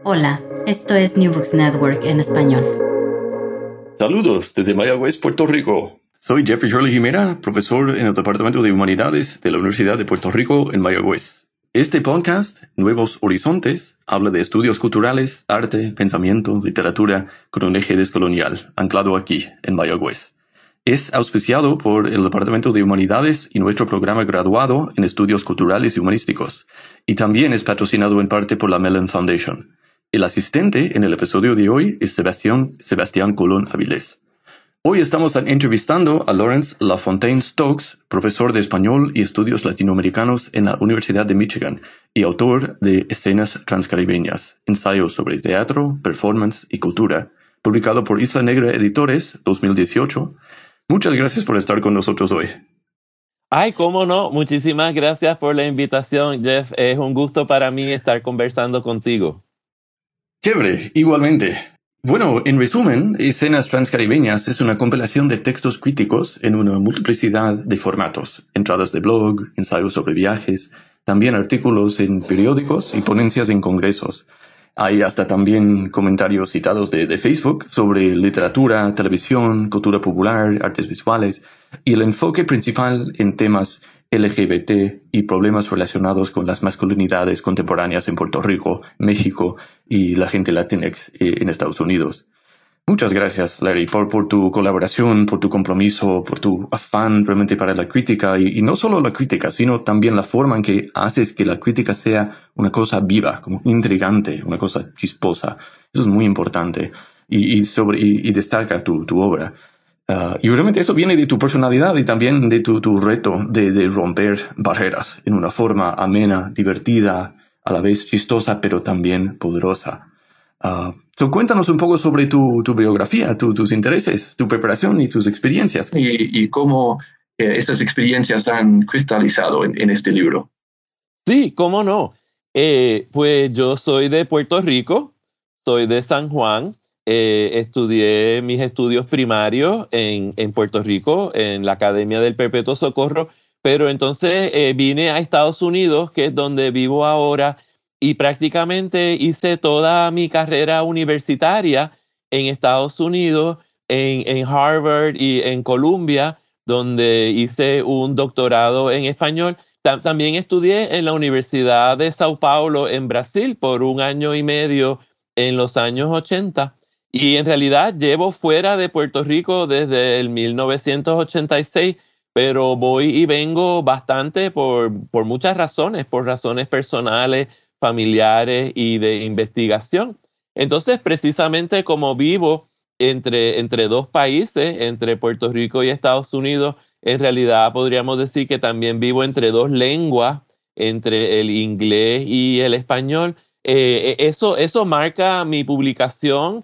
Hola, esto es New Books Network en español. Saludos desde Mayagüez, Puerto Rico. Soy Jeffrey Shirley Jimena, profesor en el Departamento de Humanidades de la Universidad de Puerto Rico en Mayagüez. Este podcast, Nuevos Horizontes, habla de estudios culturales, arte, pensamiento, literatura con un eje descolonial, anclado aquí, en Mayagüez. Es auspiciado por el Departamento de Humanidades y nuestro programa graduado en Estudios Culturales y Humanísticos, y también es patrocinado en parte por la Mellon Foundation. El asistente en el episodio de hoy es Sebastián Colón Avilés. Hoy estamos entrevistando a Lawrence LaFontaine Stokes, profesor de español y estudios latinoamericanos en la Universidad de Michigan y autor de Escenas Transcaribeñas, ensayos sobre teatro, performance y cultura, publicado por Isla Negra Editores 2018. Muchas gracias por estar con nosotros hoy. Ay, cómo no. Muchísimas gracias por la invitación, Jeff. Es un gusto para mí estar conversando contigo. Chévere, igualmente. Bueno, en resumen, Escenas Transcaribeñas es una compilación de textos críticos en una multiplicidad de formatos, entradas de blog, ensayos sobre viajes, también artículos en periódicos y ponencias en congresos. Hay hasta también comentarios citados de Facebook sobre literatura, televisión, cultura popular, artes visuales y el enfoque principal en temas LGBT y problemas relacionados con las masculinidades contemporáneas en Puerto Rico, México y la gente latinx en Estados Unidos. Muchas gracias, Larry, por tu colaboración, por tu compromiso, por tu afán realmente para la crítica y no solo la crítica, sino también la forma en que haces que la crítica sea una cosa viva, como intrigante, una cosa chisposa. Eso es muy importante y destaca tu obra. Y realmente eso viene de tu personalidad y también de tu reto de romper barreras en una forma amena, divertida, a la vez chistosa, pero también poderosa. Cuéntanos un poco sobre tu biografía, tus intereses, tu preparación y tus experiencias. Y cómo estas experiencias han cristalizado en este libro. Sí, cómo no. Pues yo soy de Puerto Rico, soy de San Juan. Estudié mis estudios primarios en Puerto Rico, en la Academia del Perpetuo Socorro, pero entonces vine a Estados Unidos, que es donde vivo ahora, y prácticamente hice toda mi carrera universitaria en Estados Unidos, en Harvard y en Columbia, donde hice un doctorado en español. También estudié en la Universidad de Sao Paulo en Brasil por 1 año y medio en los años 80. Y en realidad llevo fuera de Puerto Rico desde el 1986, pero voy y vengo bastante por muchas razones, por razones personales, familiares y de investigación. Entonces, precisamente como vivo entre dos países, entre Puerto Rico y Estados Unidos, en realidad podríamos decir que también vivo entre dos lenguas, entre el inglés y el español. Eso marca mi publicación,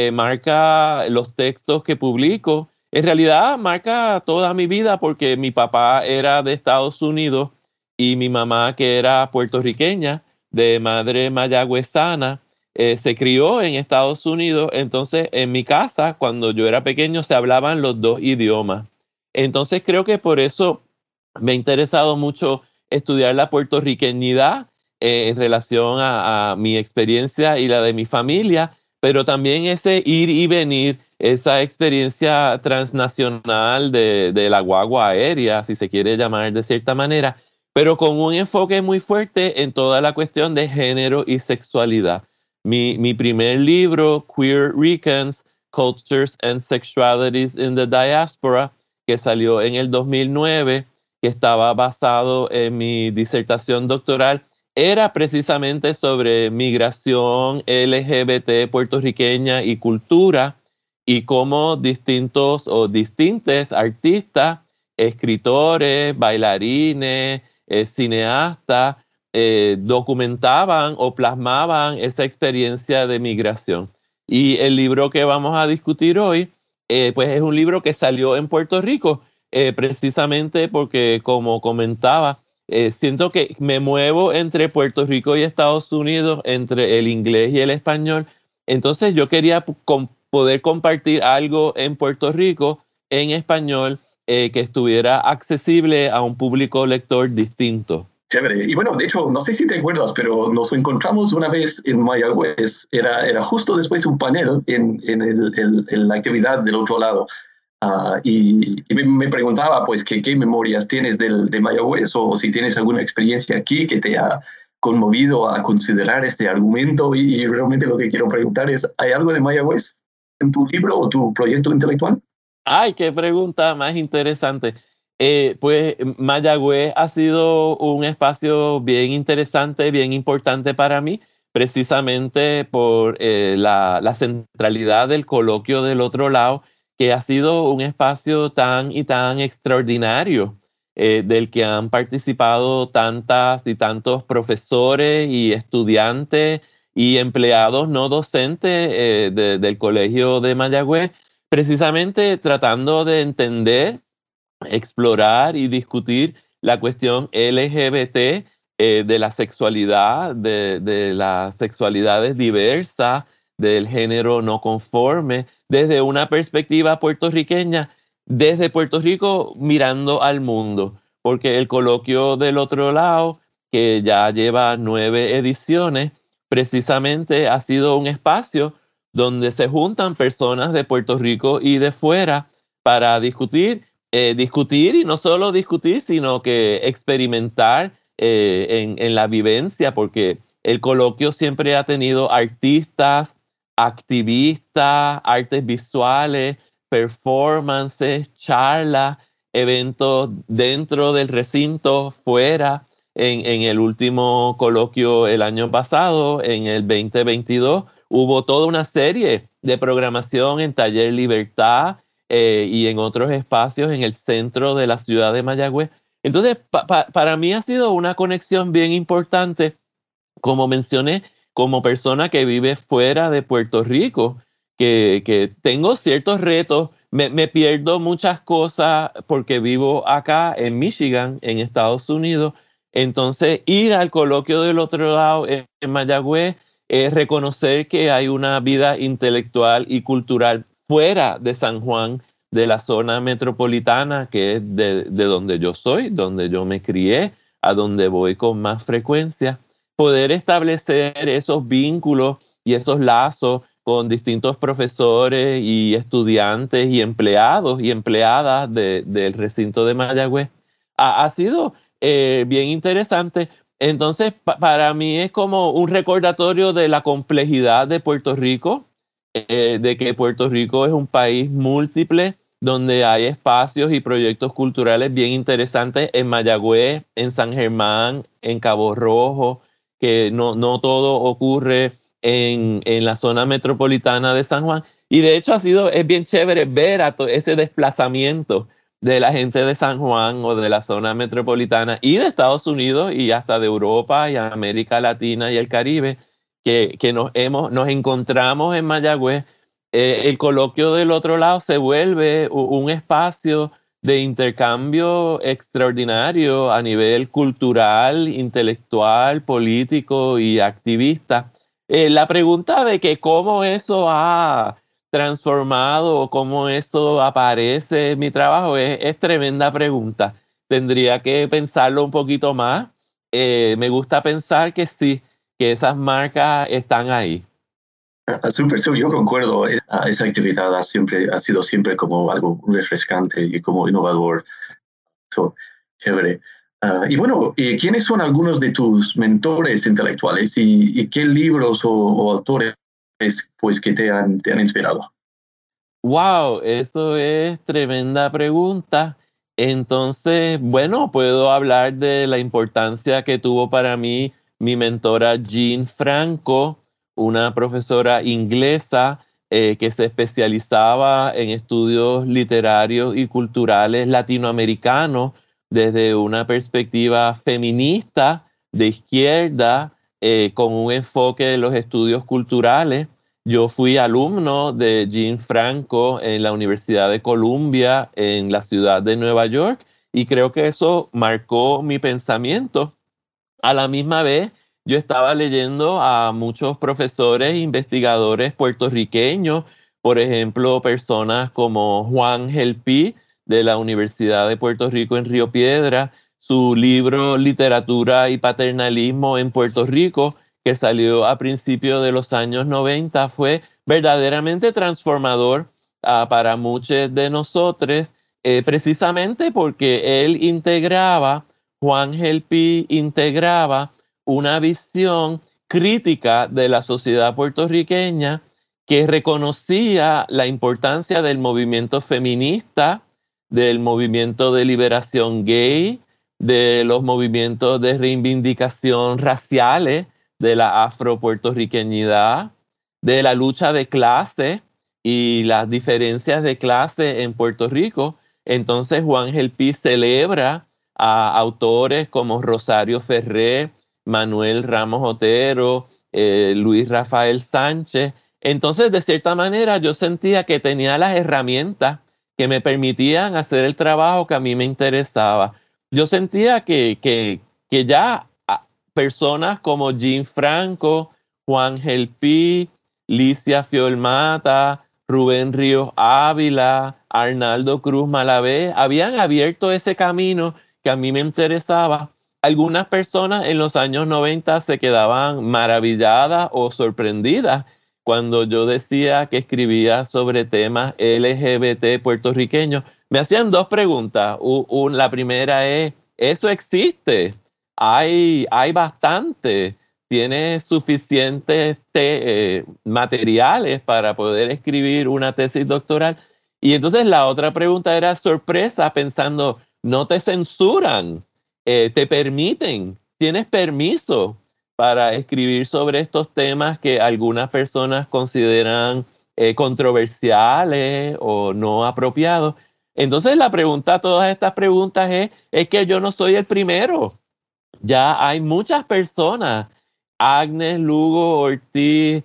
marca los textos que publico. En realidad marca toda mi vida porque mi papá era de Estados Unidos y mi mamá, que era puertorriqueña, de madre mayagüezana, se crió en Estados Unidos. Entonces, en mi casa, cuando yo era pequeño, se hablaban los dos idiomas. Entonces, creo que por eso me ha interesado mucho estudiar la puertorriqueñidad en relación a mi experiencia y la de mi familia, pero también ese ir y venir, esa experiencia transnacional de la guagua aérea, si se quiere llamar de cierta manera, pero con un enfoque muy fuerte en toda la cuestión de género y sexualidad. Mi primer libro, Queer Ricans, Cultures and Sexualities in the Diaspora, que salió en el 2009, que estaba basado en mi disertación doctoral, era precisamente sobre migración LGBT puertorriqueña y cultura, y cómo distintos o distintas artistas, escritores, bailarines, cineastas, documentaban o plasmaban esa experiencia de migración. Y el libro que vamos a discutir hoy, pues es un libro que salió en Puerto Rico, precisamente porque, como comentaba, siento que me muevo entre Puerto Rico y Estados Unidos, entre el inglés y el español. Entonces yo quería poder compartir algo en Puerto Rico en español, que estuviera accesible a un público lector distinto. Chévere. Y bueno, de hecho, no sé si te acuerdas, pero nos encontramos una vez en Mayagüez. Era justo después de un panel en la actividad del otro lado. Y me preguntaba, pues, qué memorias tienes de Mayagüez o si tienes alguna experiencia aquí que te ha conmovido a considerar este argumento. Y realmente lo que quiero preguntar es, ¿hay algo de Mayagüez en tu libro o tu proyecto intelectual? Ay, qué pregunta más interesante. Pues Mayagüez ha sido un espacio bien interesante, bien importante para mí, precisamente por la centralidad del coloquio del otro lado, que ha sido un espacio tan y tan extraordinario, del que han participado tantas y tantos profesores y estudiantes y empleados no docentes del Colegio de Mayagüez, precisamente tratando de entender, explorar y discutir la cuestión LGBT, de la sexualidad, de las sexualidades diversas, del género no conforme, desde una perspectiva puertorriqueña, desde Puerto Rico mirando al mundo, porque el coloquio del otro lado, que ya lleva 9 ediciones, precisamente ha sido un espacio donde se juntan personas de Puerto Rico y de fuera para discutir y no solo discutir, sino que experimentar en la vivencia, porque el coloquio siempre ha tenido artistas, activistas, artes visuales, performances, charlas, eventos dentro del recinto, fuera. En el último coloquio el año pasado, en el 2022, hubo toda una serie de programación en Taller Libertad, y en otros espacios en el centro de la ciudad de Mayagüez. Entonces, para mí ha sido una conexión bien importante, como mencioné, como persona que vive fuera de Puerto Rico, que tengo ciertos retos, me pierdo muchas cosas porque vivo acá en Michigan, en Estados Unidos. Entonces, ir al coloquio del otro lado en Mayagüez es reconocer que hay una vida intelectual y cultural fuera de San Juan, de la zona metropolitana, que es de donde yo soy, donde yo me crié, a donde voy con más frecuencia. Poder establecer esos vínculos y esos lazos con distintos profesores y estudiantes y empleados y empleadas del recinto de Mayagüez ha sido bien interesante. Entonces, para mí es como un recordatorio de la complejidad de Puerto Rico, de que Puerto Rico es un país múltiple, donde hay espacios y proyectos culturales bien interesantes en Mayagüez, en San Germán, en Cabo Rojo, que no todo ocurre en la zona metropolitana de San Juan. Y de hecho es bien chévere ver ese desplazamiento de la gente de San Juan o de la zona metropolitana y de Estados Unidos y hasta de Europa y América Latina y el Caribe, que nos encontramos en Mayagüez. El coloquio del otro lado se vuelve un espacio de intercambio extraordinario a nivel cultural, intelectual, político y activista. La pregunta de que cómo eso ha transformado o cómo eso aparece en mi trabajo es tremenda pregunta. Tendría que pensarlo un poquito más. Me gusta pensar que sí, que esas marcas están ahí. Súper, sí, yo concuerdo. Esa actividad ha sido siempre como algo refrescante y como innovador. So, chévere. Y bueno, ¿quiénes son algunos de tus mentores intelectuales y qué libros o autores pues, que te han inspirado? Wow, eso es tremenda pregunta. Entonces, bueno, puedo hablar de la importancia que tuvo para mí mi mentora Jean Franco, una profesora inglesa que se especializaba en estudios literarios y culturales latinoamericanos desde una perspectiva feminista, de izquierda, con un enfoque en los estudios culturales. Yo fui alumno de Jean Franco en la Universidad de Columbia en la ciudad de Nueva York y creo que eso marcó mi pensamiento. A la misma vez, yo estaba leyendo a muchos profesores e investigadores puertorriqueños, por ejemplo, personas como Juan Gelpi de la Universidad de Puerto Rico en Río Piedra, su libro Literatura y Paternalismo en Puerto Rico, que salió a principios de los años 90, fue verdaderamente transformador para muchos de nosotros, precisamente porque Juan Gelpi integraba una visión crítica de la sociedad puertorriqueña que reconocía la importancia del movimiento feminista, del movimiento de liberación gay, de los movimientos de reivindicación raciales, de la afropuertorriqueñidad, de la lucha de clase y las diferencias de clase en Puerto Rico. Entonces Juan Gelpi celebra a autores como Rosario Ferré, Manuel Ramos Otero, Luis Rafael Sánchez. Entonces, de cierta manera, yo sentía que tenía las herramientas que me permitían hacer el trabajo que a mí me interesaba. Yo sentía que ya personas como Jean Franco, Juan Gelpi, Licia Fiolmata, Rubén Ríos Ávila, Arnaldo Cruz Malavé, habían abierto ese camino que a mí me interesaba. Algunas personas en los años 90 se quedaban maravilladas o sorprendidas cuando yo decía que escribía sobre temas LGBT puertorriqueños. Me hacían dos preguntas. La primera es, ¿eso existe? Hay bastante. ¿Tienes suficientes materiales para poder escribir una tesis doctoral? Y entonces la otra pregunta era sorpresa, pensando, ¿no te censuran? ¿Te permiten? ¿Tienes permiso para escribir sobre estos temas que algunas personas consideran controversiales o no apropiados? Entonces la pregunta, todas estas preguntas es que yo no soy el primero. Ya hay muchas personas, Agnes Lugo Ortiz,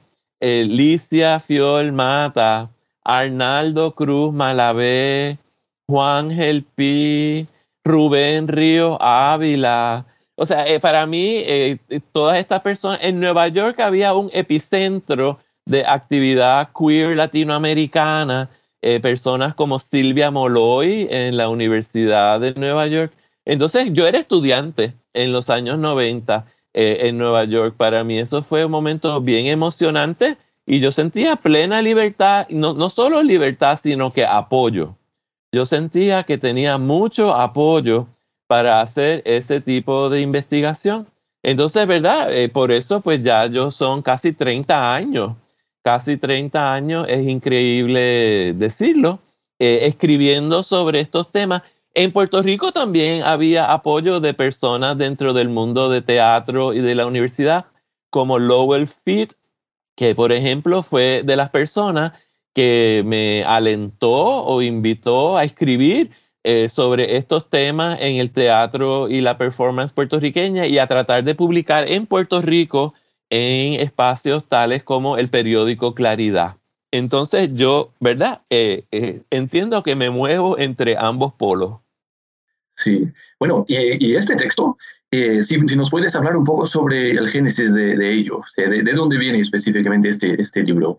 Licia Fiolmata, Arnaldo Cruz Malavé, Juan Gelpi, Rubén Ríos Ávila. O sea, para mí, todas estas personas, en Nueva York había un epicentro de actividad queer latinoamericana, personas como Silvia Moloy en la Universidad de Nueva York. Entonces, yo era estudiante en los años 90 en Nueva York. Para mí eso fue un momento bien emocionante y yo sentía plena libertad, no solo libertad, sino que apoyo. Yo sentía que tenía mucho apoyo para hacer ese tipo de investigación. Entonces, ¿verdad? Por eso, pues ya son casi 30 años. Casi 30 años, es increíble decirlo, escribiendo sobre estos temas. En Puerto Rico también había apoyo de personas dentro del mundo de teatro y de la universidad, como Lowell Fitz, que por ejemplo fue de las personas que me alentó o invitó a escribir sobre estos temas en el teatro y la performance puertorriqueña y a tratar de publicar en Puerto Rico en espacios tales como el periódico Claridad. Entonces yo, ¿verdad? Entiendo que me muevo entre ambos polos. Sí, bueno, y este texto, si nos puedes hablar un poco sobre el génesis de ello, o sea, de dónde viene específicamente este libro.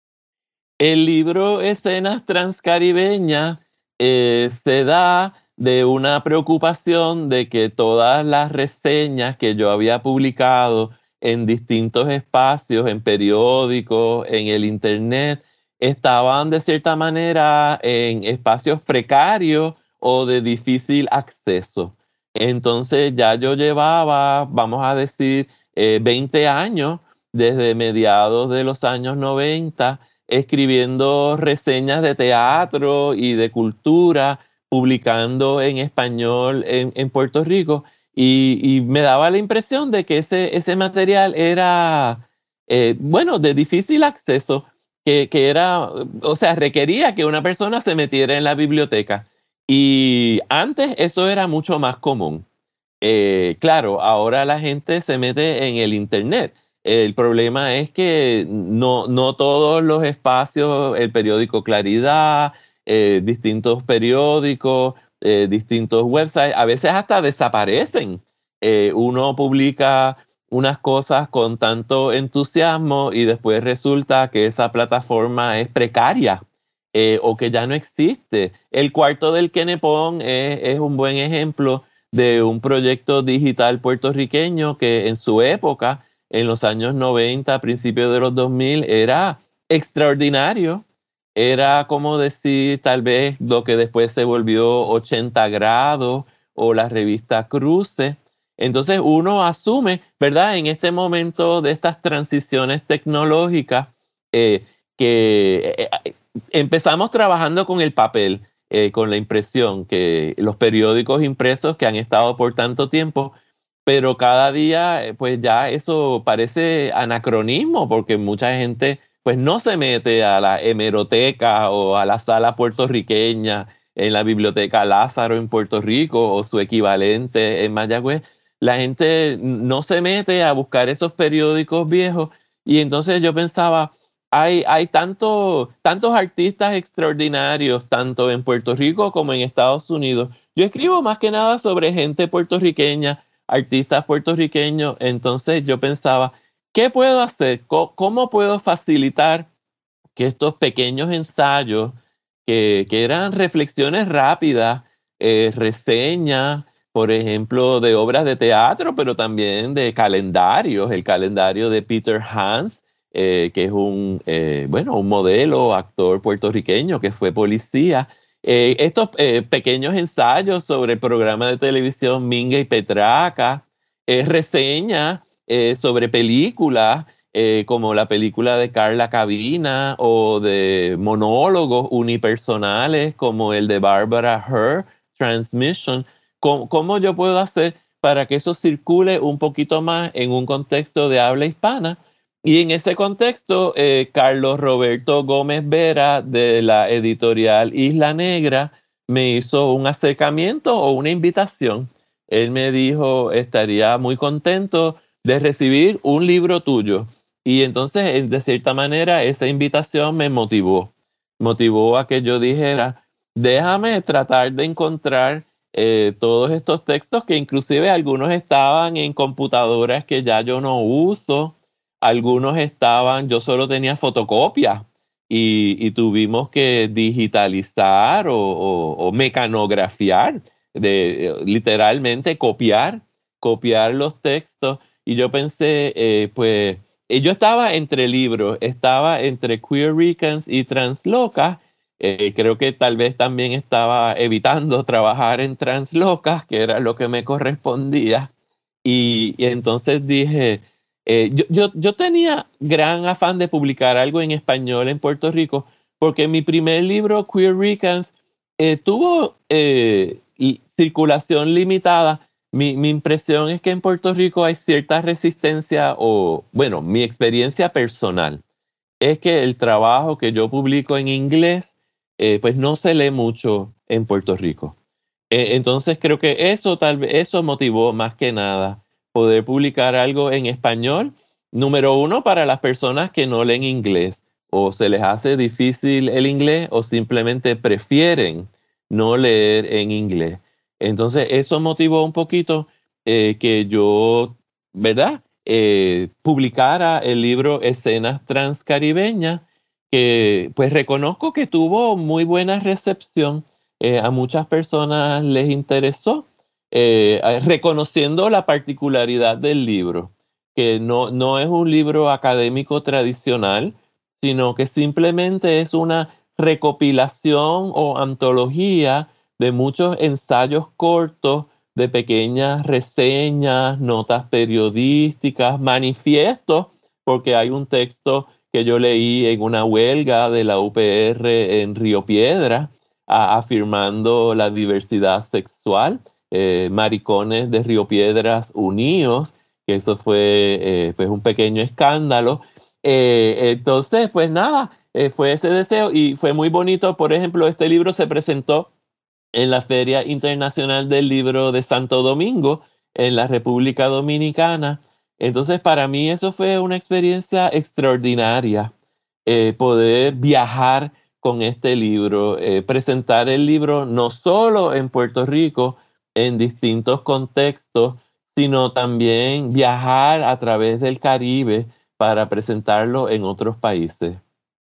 El libro Escenas Transcaribeñas se da de una preocupación de que todas las reseñas que yo había publicado en distintos espacios, en periódicos, en el internet, estaban de cierta manera en espacios precarios o de difícil acceso. Entonces ya yo llevaba, vamos a decir, 20 años, desde mediados de los años 90, escribiendo reseñas de teatro y de cultura, publicando en español en Puerto Rico, y me daba la impresión de que ese material era, de difícil acceso, que era, o sea, requería que una persona se metiera en la biblioteca. Y antes eso era mucho más común. Claro, ahora la gente se mete en el internet. El problema es que no todos los espacios, el periódico Claridad, distintos periódicos, distintos websites, a veces hasta desaparecen. Uno publica unas cosas con tanto entusiasmo y después resulta que esa plataforma es precaria o que ya no existe. El cuarto del Quenepón es un buen ejemplo de un proyecto digital puertorriqueño que en su época, en los años 90, a principios de los 2000, era extraordinario. Era como decir tal vez lo que después se volvió 80 grados o la revista Cruce. Entonces uno asume, ¿verdad? En este momento de estas transiciones tecnológicas, que empezamos trabajando con el papel, con la impresión, que los periódicos impresos que han estado por tanto tiempo, pero cada día pues ya eso parece anacronismo porque mucha gente pues no se mete a la hemeroteca o a la sala puertorriqueña en la Biblioteca Lázaro en Puerto Rico o su equivalente en Mayagüez. La gente no se mete a buscar esos periódicos viejos y entonces yo pensaba, hay tantos artistas extraordinarios, tanto en Puerto Rico como en Estados Unidos. Yo escribo más que nada sobre gente puertorriqueña, artistas puertorriqueños, entonces yo pensaba, ¿qué puedo hacer? ¿Cómo puedo facilitar que estos pequeños ensayos, que eran reflexiones rápidas, reseñas, por ejemplo, de obras de teatro, pero también de calendarios, el calendario de Peter Hans, que es un modelo, actor puertorriqueño que fue policía. Estos pequeños ensayos sobre el programa de televisión Minga y Petraca, reseñas sobre películas, como la película de Carla Cabina o de monólogos unipersonales como el de Barbara Herr, Transmission. ¿Cómo yo puedo hacer para que eso circule un poquito más en un contexto de habla hispana? Y en ese contexto, Carlos Roberto Gómez Vera, de la editorial Isla Negra, me hizo un acercamiento o una invitación. Él me dijo, estaría muy contento de recibir un libro tuyo. Y entonces, de cierta manera, esa invitación me motivó a que yo dijera, déjame tratar de encontrar todos estos textos que inclusive algunos estaban en computadoras que ya yo no uso, algunos estaban, yo solo tenía fotocopias y tuvimos que digitalizar o mecanografiar, literalmente copiar los textos. Y yo pensé, yo estaba entre libros, estaba entre Queer Ricans y Translocas. Creo que tal vez también estaba evitando trabajar en Translocas, que era lo que me correspondía. Y entonces dije, yo tenía gran afán de publicar algo en español en Puerto Rico, porque mi primer libro, Queer Ricans, tuvo circulación limitada. Mi impresión es que en Puerto Rico hay cierta resistencia mi experiencia personal es que el trabajo que yo publico en inglés, pues no se lee mucho en Puerto Rico. Entonces creo que eso motivó más que nada poder publicar algo en español. Número uno, para las personas que no leen inglés o se les hace difícil el inglés o simplemente prefieren no leer en inglés. Entonces eso motivó un poquito que yo, ¿verdad? Publicara el libro Escenas Transcaribeñas, que pues reconozco que tuvo muy buena recepción. A muchas personas les interesó, reconociendo la particularidad del libro, que no es un libro académico tradicional, sino que simplemente es una recopilación o antología de muchos ensayos cortos, de pequeñas reseñas, notas periodísticas, manifiestos, porque hay un texto que yo leí en una huelga de la UPR en Río Piedras, afirmando la diversidad sexual, maricones de Río Piedras unidos, que eso fue pues un pequeño escándalo. Entonces, pues nada, fue ese deseo y fue muy bonito. Por ejemplo, este libro se presentó en la Feria Internacional del Libro de Santo Domingo, en la República Dominicana. Entonces, para mí eso fue una experiencia extraordinaria, poder viajar con este libro, presentar el libro no solo en Puerto Rico, en distintos contextos, sino también viajar a través del Caribe para presentarlo en otros países.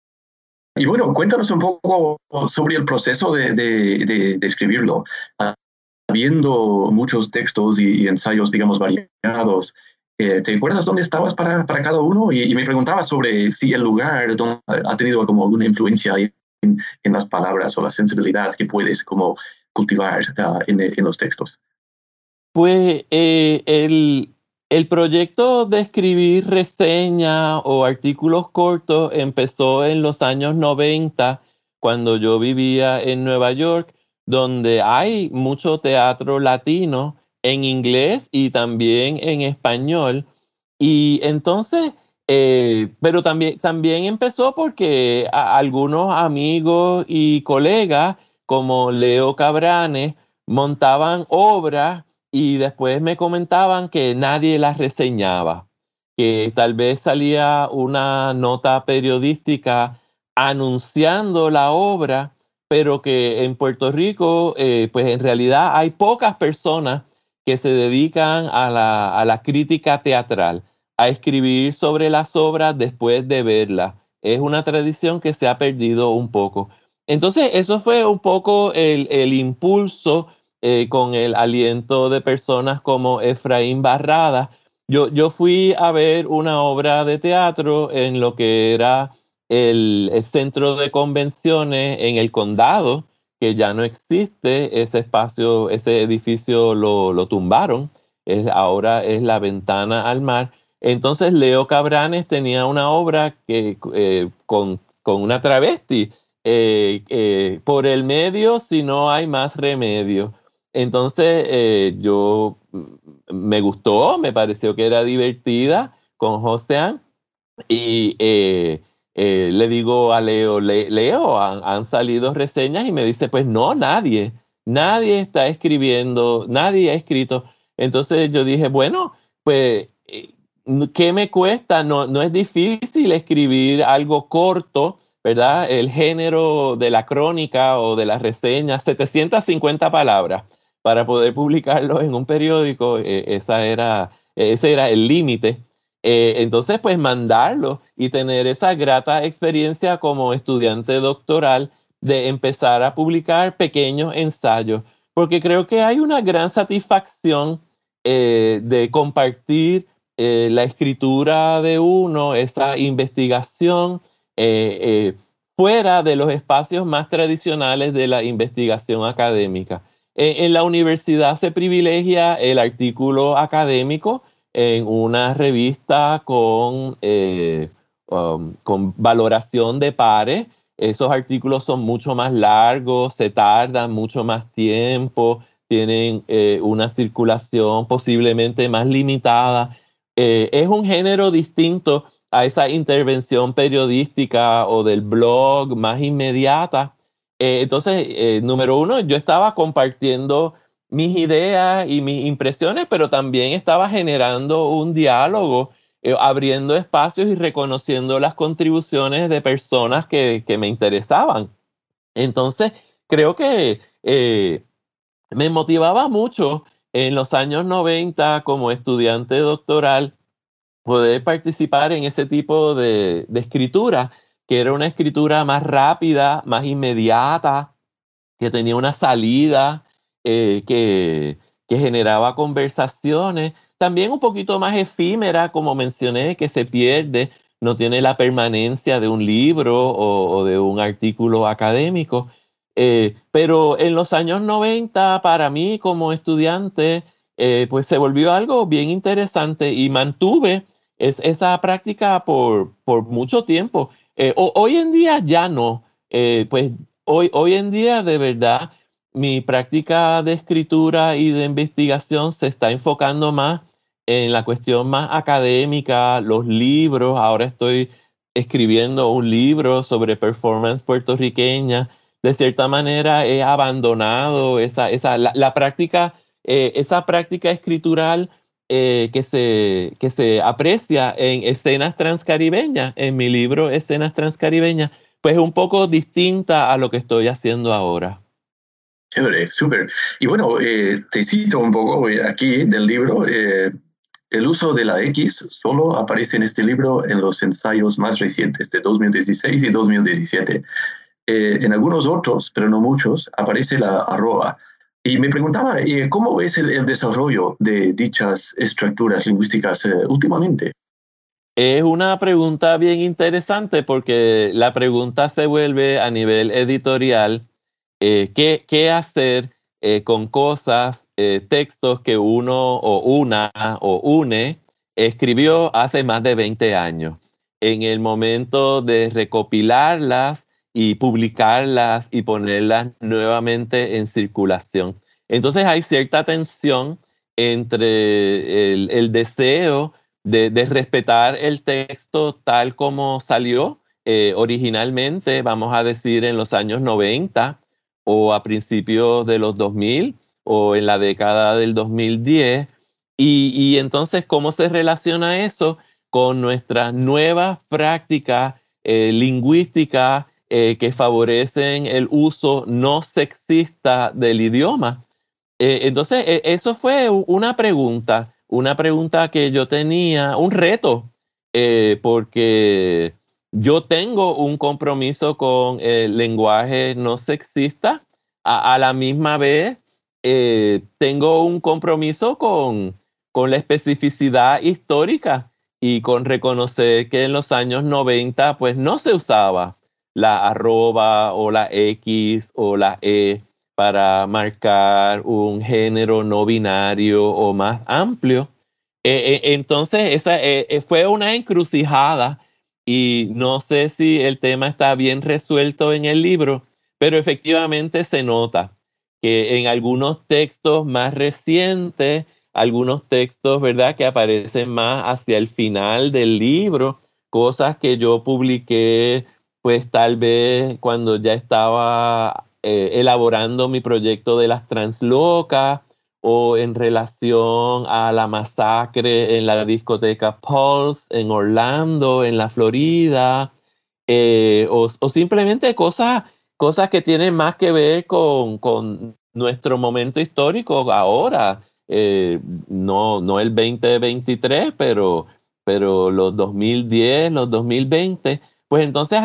Y bueno, cuéntanos un poco sobre el proceso de escribirlo. viendo muchos textos y ensayos, digamos, variados, ¿te acuerdas dónde estabas para cada uno? Y me preguntaba sobre si el lugar donde ha tenido como alguna influencia en las palabras o la sensibilidad que puedes como cultivar en los textos. Pues el proyecto de escribir reseñas o artículos cortos empezó en los años 90, cuando yo vivía en Nueva York, donde hay mucho teatro latino en inglés y también en español. Y entonces, pero también empezó porque algunos amigos y colegas como Leo Cabranes montaban obras y después me comentaban que nadie las reseñaba, que tal vez salía una nota periodística anunciando la obra, pero que en Puerto Rico, pues en realidad hay pocas personas que se dedican a la crítica teatral, a escribir sobre las obras después de verlas. Es una tradición que se ha perdido un poco. Entonces, eso fue un poco el impulso, con el aliento de personas como Efraín Barrada. Yo fui a ver una obra de teatro en lo que era el centro de convenciones en el condado, que ya no existe. Ese espacio, ese edificio lo tumbaron. Ahora es la Ventana al Mar. Entonces Leo Cabranes tenía una obra con una travesti, por el medio si no hay más remedio. Entonces me gustó, me pareció que era divertida con Josean y le digo a Leo, Leo, han salido reseñas y me dice, pues no, nadie está escribiendo, nadie ha escrito. Entonces yo dije, bueno, pues, ¿qué me cuesta? No es difícil escribir algo corto, ¿verdad? El género de la crónica o de la reseña, 750 palabras para poder publicarlo en un periódico. Ese era el límite. Entonces, pues mandarlo y tener esa grata experiencia como estudiante doctoral de empezar a publicar pequeños ensayos, porque creo que hay una gran satisfacción de compartir la escritura de uno, esa investigación, fuera de los espacios más tradicionales de la investigación académica. En la universidad se privilegia el artículo académico en una revista con valoración de pares. Esos artículos son mucho más largos, se tardan mucho más tiempo, tienen una circulación posiblemente más limitada. Es un género distinto a esa intervención periodística o del blog más inmediata. Entonces, número uno, yo estaba compartiendo mis ideas y mis impresiones, pero también estaba generando un diálogo, abriendo espacios y reconociendo las contribuciones de personas que me interesaban. Entonces, creo que me motivaba mucho en los años 90 como estudiante doctoral poder participar en ese tipo de escritura, que era una escritura más rápida, más inmediata, que tenía una salida, que generaba conversaciones, también un poquito más efímera, como mencioné, que se pierde, no tiene la permanencia de un libro o de un artículo académico. Pero en los años 90, para mí como estudiante, pues se volvió algo bien interesante y mantuve esa práctica por mucho tiempo. Hoy en día ya no. Pues hoy en día, de verdad, mi práctica de escritura y de investigación se está enfocando más en la cuestión más académica, los libros. Ahora estoy escribiendo un libro sobre performance puertorriqueña. De cierta manera he abandonado la práctica, esa práctica escritural que se aprecia en Escenas Transcaribeñas, en mi libro Escenas Transcaribeñas, pues es un poco distinta a lo que estoy haciendo ahora. Chévere, súper. Y bueno, te cito un poco aquí del libro. El uso de la X solo aparece en este libro en los ensayos más recientes de 2016 y 2017. En algunos otros, pero no muchos, aparece la arroba. Y me preguntaba, ¿cómo ves el desarrollo de dichas estructuras lingüísticas últimamente? Es una pregunta bien interesante porque la pregunta se vuelve a nivel editorial, ¿qué hacer con cosas, textos que uno o una o une escribió hace más de 20 años? En el momento de recopilarlas y publicarlas y ponerlas nuevamente en circulación. Entonces hay cierta tensión entre el deseo de respetar el texto tal como salió originalmente, vamos a decir, en los años 90 o a principios de los 2000 o en la década del 2010. Y entonces, ¿cómo se relaciona eso con nuestras nuevas prácticas lingüísticas que favorecen el uso no sexista del idioma? Entonces, eso fue una pregunta que yo tenía, un reto, porque yo tengo un compromiso con el lenguaje no sexista, a la misma vez tengo un compromiso con la especificidad histórica y con reconocer que en los años 90 pues no se usaba la arroba o la X o la E para marcar un género no binario o más amplio. Entonces, esa fue una encrucijada y no sé si el tema está bien resuelto en el libro, pero efectivamente se nota que en algunos textos más recientes, algunos textos, ¿verdad?, que aparecen más hacia el final del libro, cosas que yo publiqué, pues tal vez cuando ya estaba elaborando mi proyecto de las translocas o en relación a la masacre en la discoteca Pulse en Orlando, en la Florida, o simplemente cosas que tienen más que ver con nuestro momento histórico ahora, no el 2023, pero los 2010, los 2020, pues entonces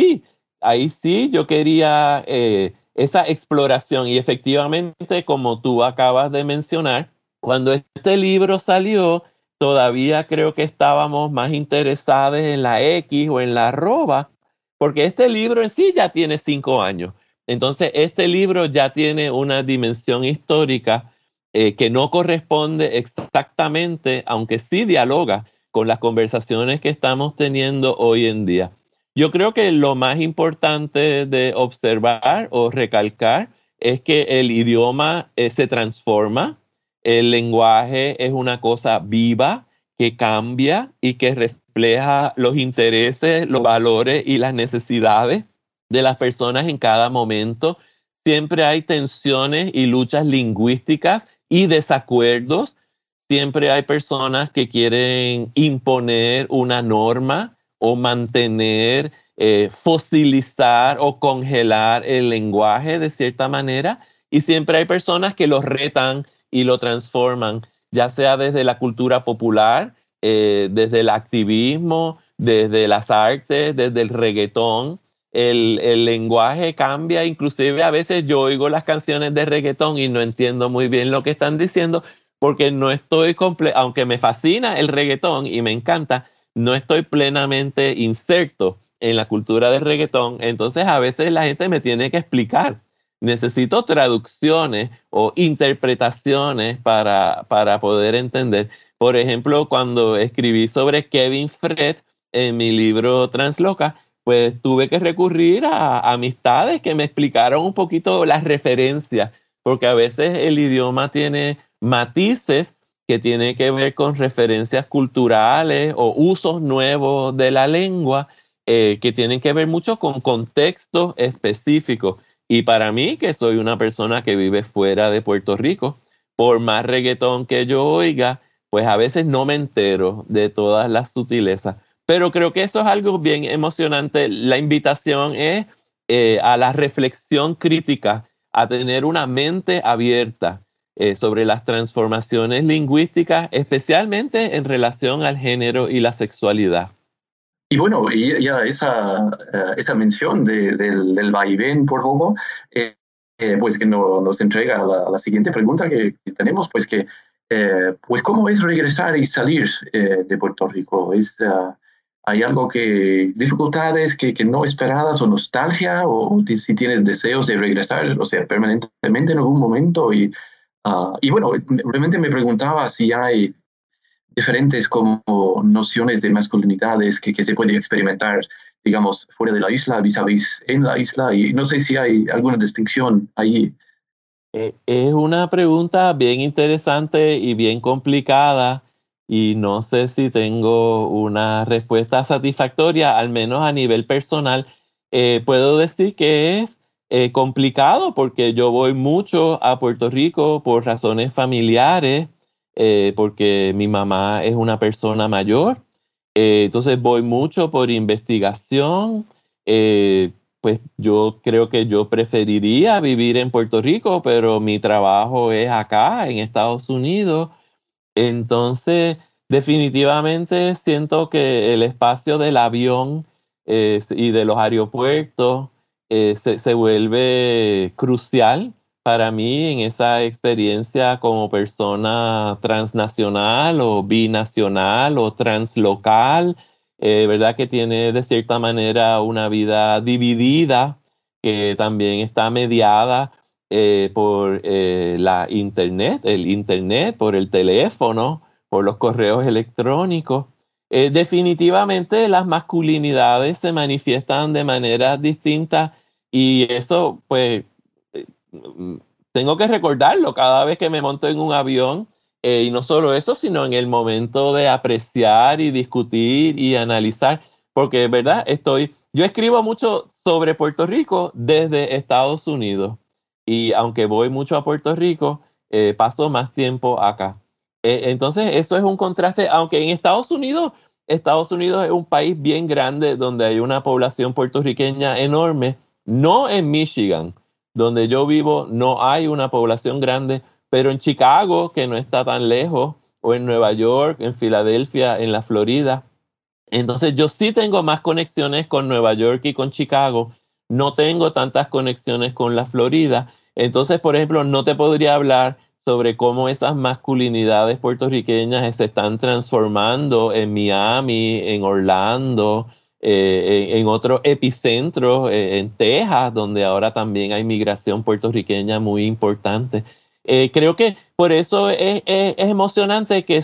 ahí sí yo quería esa exploración y efectivamente, como tú acabas de mencionar, cuando este libro salió, todavía creo que estábamos más interesados en la X o en la arroba, porque este libro en sí ya tiene 5 años. Entonces, este libro ya tiene una dimensión histórica que no corresponde exactamente, aunque sí dialoga con las conversaciones que estamos teniendo hoy en día. Yo creo que lo más importante de observar o recalcar es que el idioma se transforma, el lenguaje es una cosa viva que cambia y que refleja los intereses, los valores y las necesidades de las personas en cada momento. Siempre hay tensiones y luchas lingüísticas y desacuerdos. Siempre hay personas que quieren imponer una norma o mantener, fosilizar o congelar el lenguaje de cierta manera. Y siempre hay personas que lo retan y lo transforman, ya sea desde la cultura popular, desde el activismo, desde las artes, desde el reggaetón. El lenguaje cambia, inclusive a veces yo oigo las canciones de reggaetón y no entiendo muy bien lo que están diciendo porque no estoy aunque me fascina el reggaetón y me encanta, no estoy plenamente inserto en la cultura del reggaetón, entonces a veces la gente me tiene que explicar. Necesito traducciones o interpretaciones para poder entender. Por ejemplo, cuando escribí sobre Kevin Fred en mi libro Transloca, pues tuve que recurrir a amistades que me explicaron un poquito las referencias, porque a veces el idioma tiene matices que tienen que ver con referencias culturales o usos nuevos de la lengua, que tienen que ver mucho con contextos específicos. Y para mí, que soy una persona que vive fuera de Puerto Rico, por más reggaetón que yo oiga, pues a veces no me entero de todas las sutilezas. Pero creo que eso es algo bien emocionante. La invitación es a la reflexión crítica, a tener una mente abierta sobre las transformaciones lingüísticas, especialmente en relación al género y la sexualidad. Y bueno, y ya esa mención del vaivén por poco, pues que nos entrega la siguiente pregunta que tenemos, pues que pues cómo es regresar y salir de Puerto Rico. ¿Hay algo dificultades que no esperadas o nostalgia o si tienes deseos de regresar, o sea, permanentemente en algún momento? Y bueno, realmente me preguntaba si hay diferentes como nociones de masculinidades que se puede experimentar, digamos, fuera de la isla, vis-a-vis en la isla, y no sé si hay alguna distinción ahí. Es una pregunta bien interesante y bien complicada y no sé si tengo una respuesta satisfactoria, al menos a nivel personal. Puedo decir que es complicado porque yo voy mucho a Puerto Rico por razones familiares, porque mi mamá es una persona mayor, entonces voy mucho por investigación. Pues yo creo que yo preferiría vivir en Puerto Rico, pero mi trabajo es acá, en Estados Unidos. Entonces, definitivamente siento que el espacio del avión y de los aeropuertos se vuelve crucial para mí en esa experiencia como persona transnacional o binacional o translocal, ¿verdad? Que tiene de cierta manera una vida dividida, que también está mediada por el internet, por el teléfono, por los correos electrónicos. Definitivamente las masculinidades se manifiestan de maneras distintas y eso, pues, mm, tengo que recordarlo cada vez que me monto en un avión. Y no solo eso, sino en el momento de apreciar y discutir y analizar, porque, ¿verdad? Yo escribo mucho sobre Puerto Rico desde Estados Unidos. Y aunque voy mucho a Puerto Rico, paso más tiempo acá. Entonces, eso es un contraste, aunque en Estados Unidos es un país bien grande donde hay una población puertorriqueña enorme, no en Michigan, donde yo vivo, no hay una población grande, pero en Chicago, que no está tan lejos, o en Nueva York, en Filadelfia, en la Florida. Entonces, yo sí tengo más conexiones con Nueva York y con Chicago, no tengo tantas conexiones con la Florida. Entonces, por ejemplo, no te podría hablar sobre cómo esas masculinidades puertorriqueñas se están transformando en Miami, en Orlando, en otros epicentros, en Texas, donde ahora también hay migración puertorriqueña muy importante. Creo que por eso es emocionante que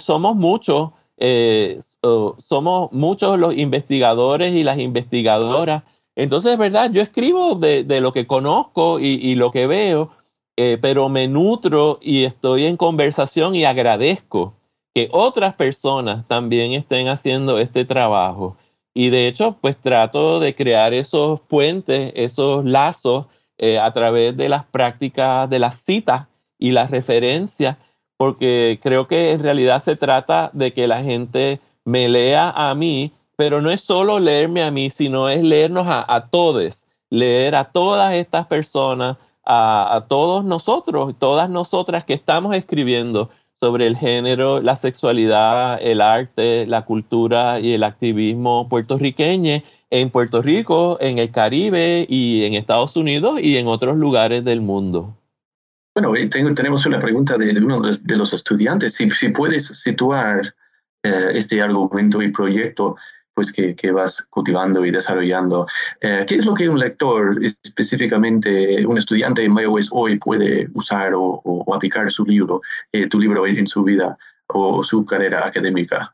somos muchos los investigadores y las investigadoras. Entonces, ¿verdad? Yo escribo de lo que conozco y lo que veo, pero me nutro y estoy en conversación y agradezco que otras personas también estén haciendo este trabajo. Y de hecho, pues trato de crear esos puentes, esos lazos a través de las prácticas, de las citas y las referencias, porque creo que en realidad se trata de que la gente me lea a mí, pero no es solo leerme a mí, sino es leernos a todos, leer a todas estas personas, a todos nosotros, todas nosotras que estamos escribiendo sobre el género, la sexualidad, el arte, la cultura y el activismo puertorriqueño en Puerto Rico, en el Caribe y en Estados Unidos y en otros lugares del mundo. Bueno, tenemos una pregunta de uno de los estudiantes. Si puedes situar este argumento y proyecto pues, que vas cultivando y desarrollando, ¿qué es lo que un lector, específicamente un estudiante en iOS hoy, puede usar o aplicar tu libro en su vida o su carrera académica?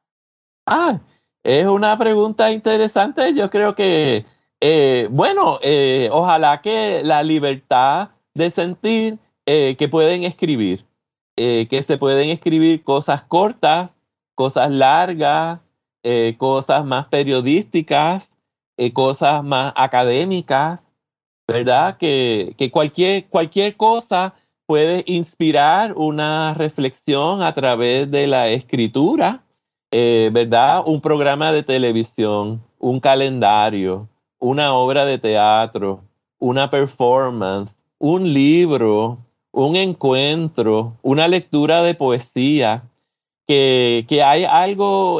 Es una pregunta interesante. Yo creo que, bueno, ojalá que la libertad de sentir que pueden escribir, que se pueden escribir cosas cortas, cosas largas, cosas más periodísticas, cosas más académicas, ¿verdad? Que cualquier cosa puede inspirar una reflexión a través de la escritura, ¿verdad? Un programa de televisión, un calendario, una obra de teatro, una performance, un libro, un encuentro, una lectura de poesía, que hay algo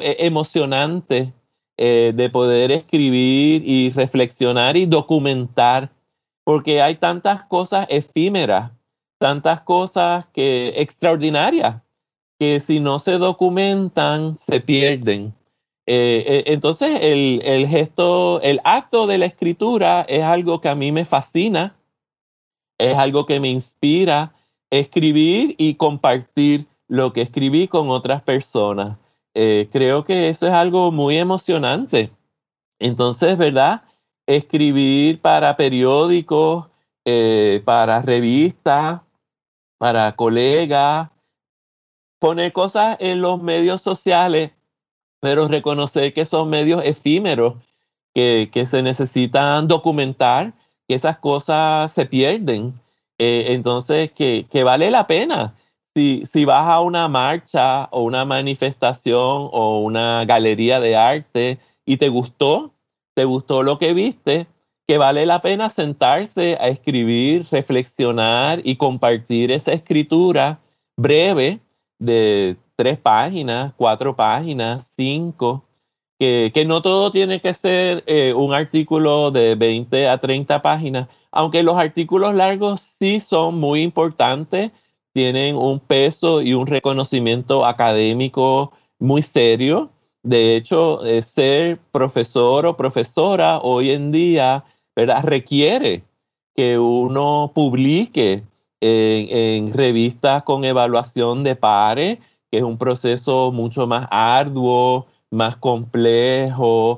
emocionante de poder escribir y reflexionar y documentar porque hay tantas cosas efímeras, tantas cosas extraordinarias, que si no se documentan, se pierden. Entonces, el gesto, el acto de la escritura es algo que a mí me fascina, es algo que me inspira escribir y compartir lo que escribí con otras personas. Creo que eso es algo muy emocionante. Entonces, ¿verdad? Escribir para periódicos, para revistas, para colegas, poner cosas en los medios sociales, pero reconocer que son medios efímeros, que se necesitan documentar, que esas cosas se pierden. Entonces, que vale la pena. Si vas a una marcha o una manifestación o una galería de arte y te gustó lo que viste, que vale la pena sentarse a escribir, reflexionar y compartir esa escritura breve de 3 páginas, 4 páginas, 5, que no todo tiene que ser un artículo de 20 a 30 páginas, aunque los artículos largos sí son muy importantes, tienen un peso y un reconocimiento académico muy serio. De hecho, ser profesor o profesora hoy en día, ¿verdad?, requiere que uno publique en revistas con evaluación de pares, que es un proceso mucho más arduo, más complejo,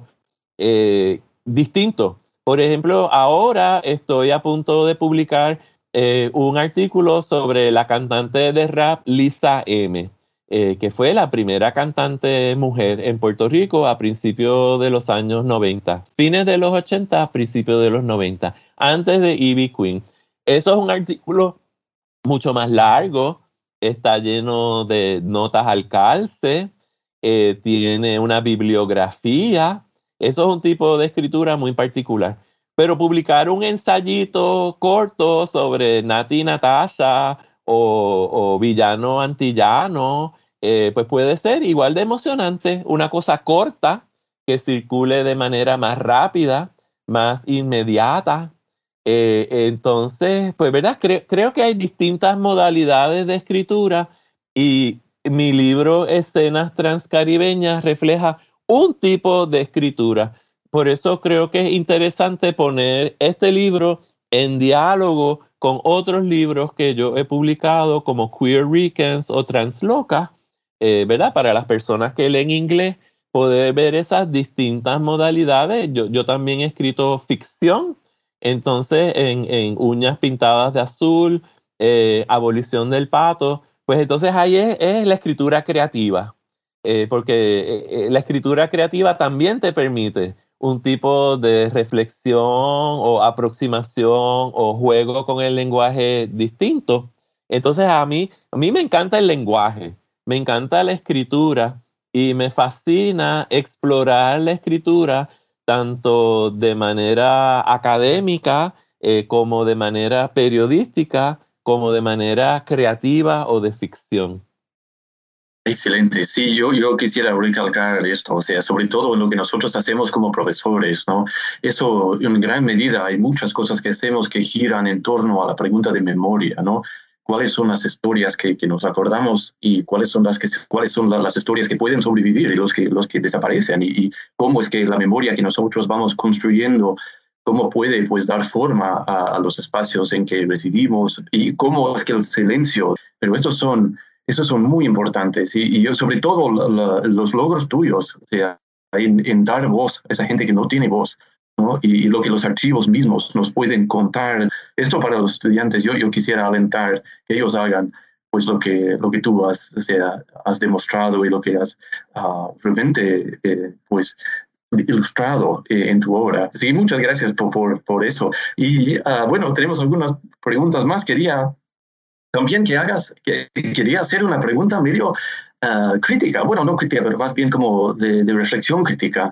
distinto. Por ejemplo, ahora estoy a punto de publicar un artículo sobre la cantante de rap Lisa M., que fue la primera cantante mujer en Puerto Rico a principios de los años 90, fines de los 80, principios de los 90, antes de Ivy Queen. Eso es un artículo mucho más largo, está lleno de notas al calce, tiene una bibliografía. Eso es un tipo de escritura muy particular. Pero publicar un ensayito corto sobre Nati y Natasha o Villano Antillano, pues puede ser igual de emocionante. Una cosa corta que circule de manera más rápida, más inmediata. Entonces, pues, ¿verdad? Creo que hay distintas modalidades de escritura y mi libro Escenas Transcaribeñas refleja un tipo de escritura. Por eso creo que es interesante poner este libro en diálogo con otros libros que yo he publicado como Queer Weekends o Transloca, ¿verdad? Para las personas que leen inglés, poder ver esas distintas modalidades. Yo también he escrito ficción, entonces en Uñas Pintadas de Azul, Abolición del Pato, pues entonces ahí es la escritura creativa, porque la escritura creativa también te permite un tipo de reflexión o aproximación o juego con el lenguaje distinto. Entonces a mí me encanta el lenguaje, me encanta la escritura y me fascina explorar la escritura tanto de manera académica como de manera periodística, como de manera creativa o de ficción. Excelente, sí, yo quisiera recalcar esto, o sea, sobre todo en lo que nosotros hacemos como profesores, ¿no? Eso, en gran medida, hay muchas cosas que hacemos que giran en torno a la pregunta de memoria, ¿no? ¿Cuáles son las historias que nos acordamos y cuáles son las historias que pueden sobrevivir y los que desaparecen? Y cómo es que la memoria que nosotros vamos construyendo, cómo puede, pues, dar forma a los espacios en que residimos y cómo es que el silencio, pero esos son muy importantes y yo sobre todo los logros tuyos, o sea, en dar voz a esa gente que no tiene voz, ¿no? Y lo que los archivos mismos nos pueden contar. Esto para los estudiantes, yo quisiera alentar que ellos hagan pues lo que tú has, o sea, has demostrado y lo que has realmente pues ilustrado en tu obra. Así que muchas gracias por eso. Y bueno, tenemos algunas preguntas más. También quería hacer una pregunta medio crítica, bueno, no crítica, pero más bien como de reflexión crítica.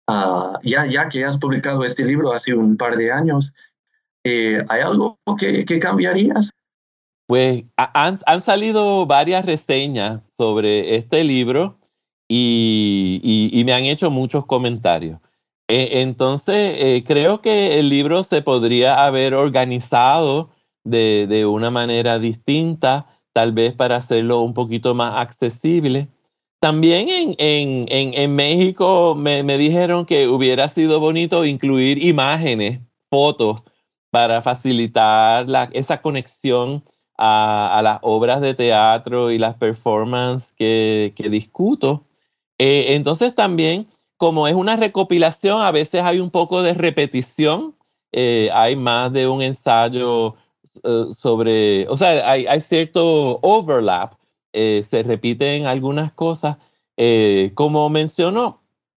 Ya que has publicado este libro hace un par de años, ¿hay algo que cambiarías? Pues han salido varias reseñas sobre este libro y me han hecho muchos comentarios. Entonces, creo que el libro se podría haber organizado de una manera distinta, tal vez para hacerlo un poquito más accesible. También en México me dijeron que hubiera sido bonito incluir imágenes, fotos, para facilitar esa conexión a las obras de teatro y las performances que discuto. Entonces también, como es una recopilación, a veces hay un poco de repetición, hay más de un ensayo sobre, o sea, hay cierto overlap, se repiten algunas cosas. Como mencionó,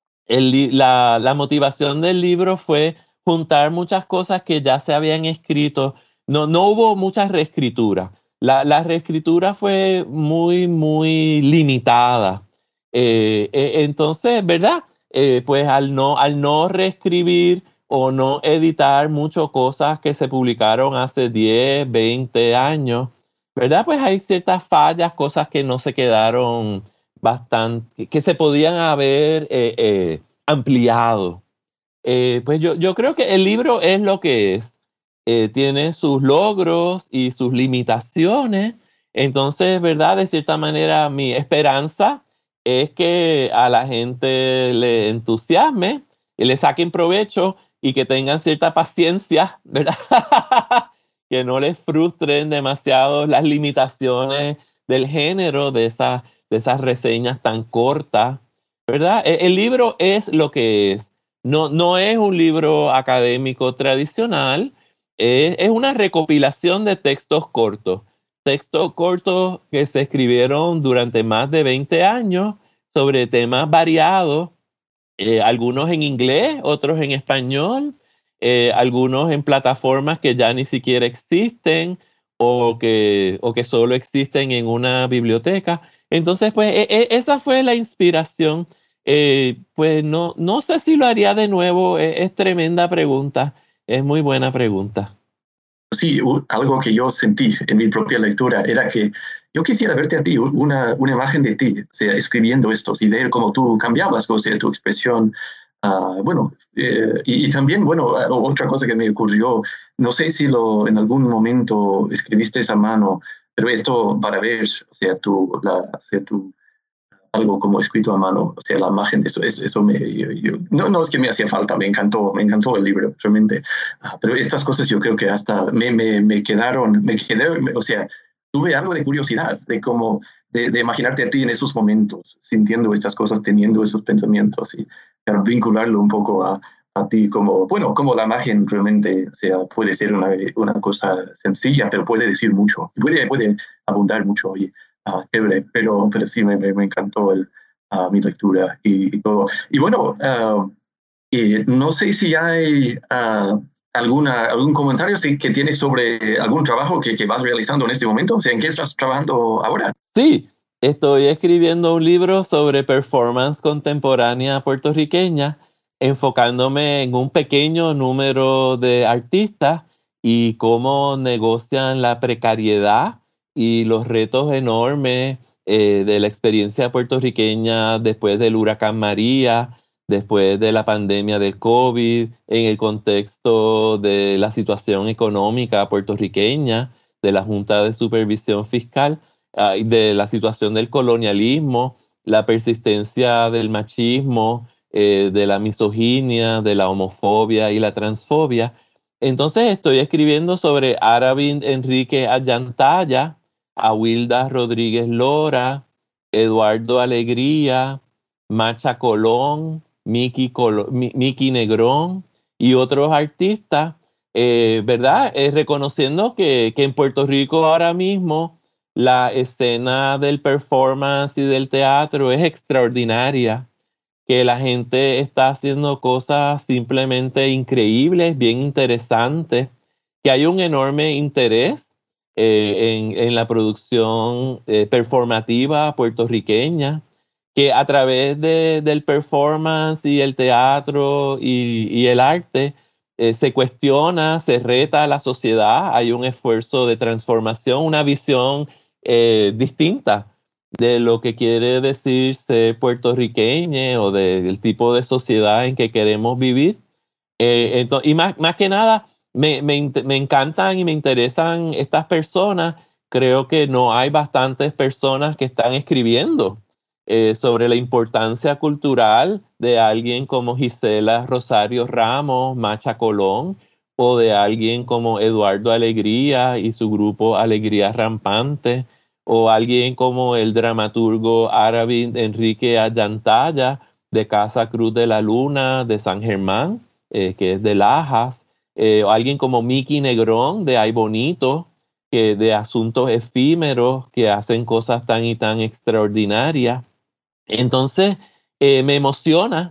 la motivación del libro fue juntar muchas cosas que ya se habían escrito. No hubo mucha reescritura. La reescritura fue muy, muy limitada. Entonces, ¿verdad? Pues al no reescribir o no editar muchas cosas que se publicaron hace 10, 20 años, ¿verdad? Pues hay ciertas fallas, cosas que no se quedaron bastante, que se podían haber ampliado. Pues yo creo que el libro es lo que es. Tiene sus logros y sus limitaciones. Entonces, ¿verdad? De cierta manera, mi esperanza es que a la gente le entusiasme y le saquen provecho y que tengan cierta paciencia, ¿verdad? Que no les frustren demasiado las limitaciones del género de esas reseñas tan cortas, ¿verdad? El libro es lo que es. No es un libro académico tradicional, es una recopilación de textos cortos que se escribieron durante más de 20 años sobre temas variados, algunos en inglés, otros en español, algunos en plataformas que ya ni siquiera existen o que solo existen en una biblioteca. Entonces, pues esa fue la inspiración. Pues no sé si lo haría de nuevo, es tremenda pregunta, es muy buena pregunta. Sí, algo que yo sentí en mi propia lectura era que yo quisiera verte a ti, una imagen de ti, o sea, escribiendo estos y ver cómo tú cambiabas, o sea, tu expresión. Bueno, y también, bueno, otra cosa que me ocurrió, no sé si en algún momento escribiste esa mano, pero esto para ver, o sea, algo como escrito a mano, o sea, la imagen de eso no es que me hacía falta, me encantó el libro, realmente. Pero estas cosas yo creo que hasta me quedaron, o sea, tuve algo de curiosidad de cómo, de imaginarte a ti en esos momentos, sintiendo estas cosas, teniendo esos pensamientos y claro, vincularlo un poco a ti como, bueno, como la imagen realmente, o sea, puede ser una cosa sencilla, pero puede decir mucho, puede abundar mucho. Chévere, pero sí me encantó mi lectura y todo. Y bueno, no sé si hay algún comentario que tienes sobre algún trabajo que vas realizando en este momento. O sea, ¿en qué estás trabajando ahora? Sí, estoy escribiendo un libro sobre performance contemporánea puertorriqueña, enfocándome en un pequeño número de artistas y cómo negocian la precariedad y los retos enormes de la experiencia puertorriqueña después del huracán María, después de la pandemia del COVID, en el contexto de la situación económica puertorriqueña, de la Junta de Supervisión Fiscal, de la situación del colonialismo, la persistencia del machismo, de la misoginia, de la homofobia y la transfobia. Entonces estoy escribiendo sobre Aravind Enrique Allantaya, Awilda Rodríguez Lora, Eduardo Alegría, Macha Colón, Miki Negrón y otros artistas, ¿verdad? Reconociendo que en Puerto Rico ahora mismo la escena del performance y del teatro es extraordinaria, que la gente está haciendo cosas simplemente increíbles, bien interesantes, que hay un enorme interés en la producción performativa puertorriqueña, que a través del performance y el teatro y el arte se cuestiona, se reta a la sociedad, hay un esfuerzo de transformación, una visión distinta de lo que quiere decir ser puertorriqueño o del tipo de sociedad en que queremos vivir. Y más que nada, me encantan y me interesan estas personas. Creo que no hay bastantes personas que están escribiendo sobre la importancia cultural de alguien como Gisela Rosario Ramos, Macha Colón, o de alguien como Eduardo Alegría y su grupo Alegría Rampante, o alguien como el dramaturgo árabe Enrique Ayantaya de Casa Cruz de la Luna de San Germán, que es de Lajas, o alguien como Miki Negrón de Ay Bonito, que de asuntos efímeros que hacen cosas tan y tan extraordinarias. Entonces, me emociona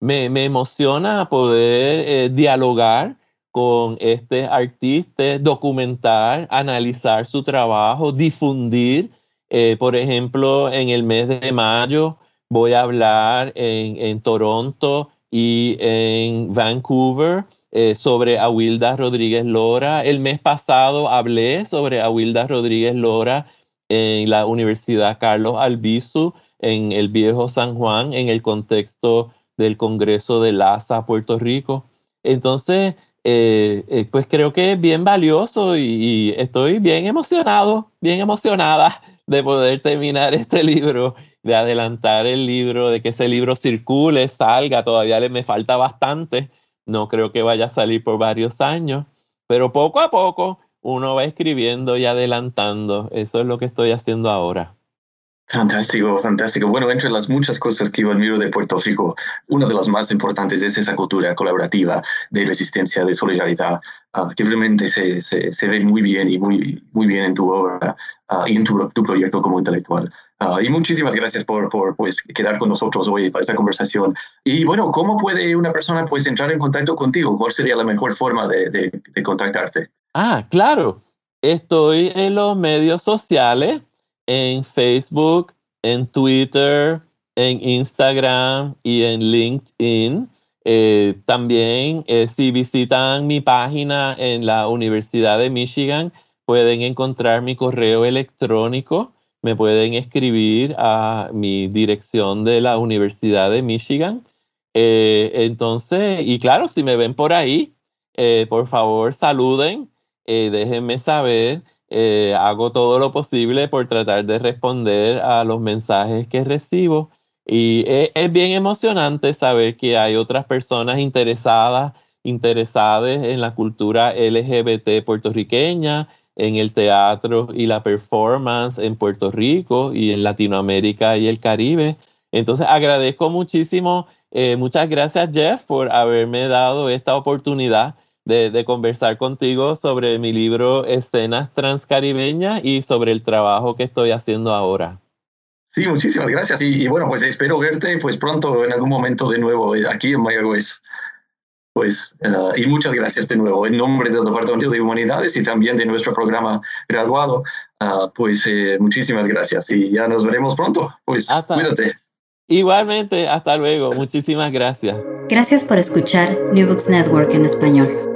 poder dialogar con este artista, documentar, analizar su trabajo, difundir. Por ejemplo, en el mes de mayo voy a hablar en Toronto y en Vancouver sobre Awilda Rodríguez Lora. El mes pasado hablé sobre Awilda Rodríguez Lora en la Universidad Carlos Albizu, en el Viejo San Juan, en el contexto del Congreso de LASA, Puerto Rico. Entonces, pues creo que es bien valioso y estoy bien emocionada de poder terminar este libro, de adelantar el libro, de que ese libro circule, salga. Todavía me falta bastante. No creo que vaya a salir por varios años, pero poco a poco uno va escribiendo y adelantando. Eso es lo que estoy haciendo ahora. Fantástico, fantástico. Bueno, entre las muchas cosas que yo admiro de Puerto Rico, una de las más importantes es esa cultura colaborativa de resistencia, de solidaridad, que realmente se ve muy bien y muy bien en tu obra y en tu proyecto como intelectual. Y muchísimas gracias por pues, quedar con nosotros hoy para esta conversación. Y bueno, ¿cómo puede una persona pues, entrar en contacto contigo? ¿Cuál sería la mejor forma de contactarte? Claro. Estoy en los medios sociales, en Facebook, en Twitter, en Instagram y en LinkedIn. También, si visitan mi página en la Universidad de Michigan, pueden encontrar mi correo electrónico. Me pueden escribir a mi dirección de la Universidad de Michigan. Entonces, y claro, si me ven por ahí, por favor, saluden, déjenme saber. Hago todo lo posible por tratar de responder a los mensajes que recibo. Y es bien emocionante saber que hay otras personas interesadas en la cultura LGBT puertorriqueña, en el teatro y la performance en Puerto Rico y en Latinoamérica y el Caribe. Entonces agradezco muchísimo. Muchas gracias, Jeff, por haberme dado esta oportunidad de conversar contigo sobre mi libro Escenas Transcaribeñas y sobre el trabajo que estoy haciendo ahora. Sí, muchísimas gracias. Y bueno, pues espero verte pues pronto en algún momento de nuevo aquí en Mayagüez. Pues, y muchas gracias de nuevo en nombre del Departamento de Humanidades y también de nuestro programa graduado. Pues muchísimas gracias y ya nos veremos pronto. Pues cuídate. Igualmente, hasta luego. Muchísimas gracias. Gracias por escuchar New Books Network en español.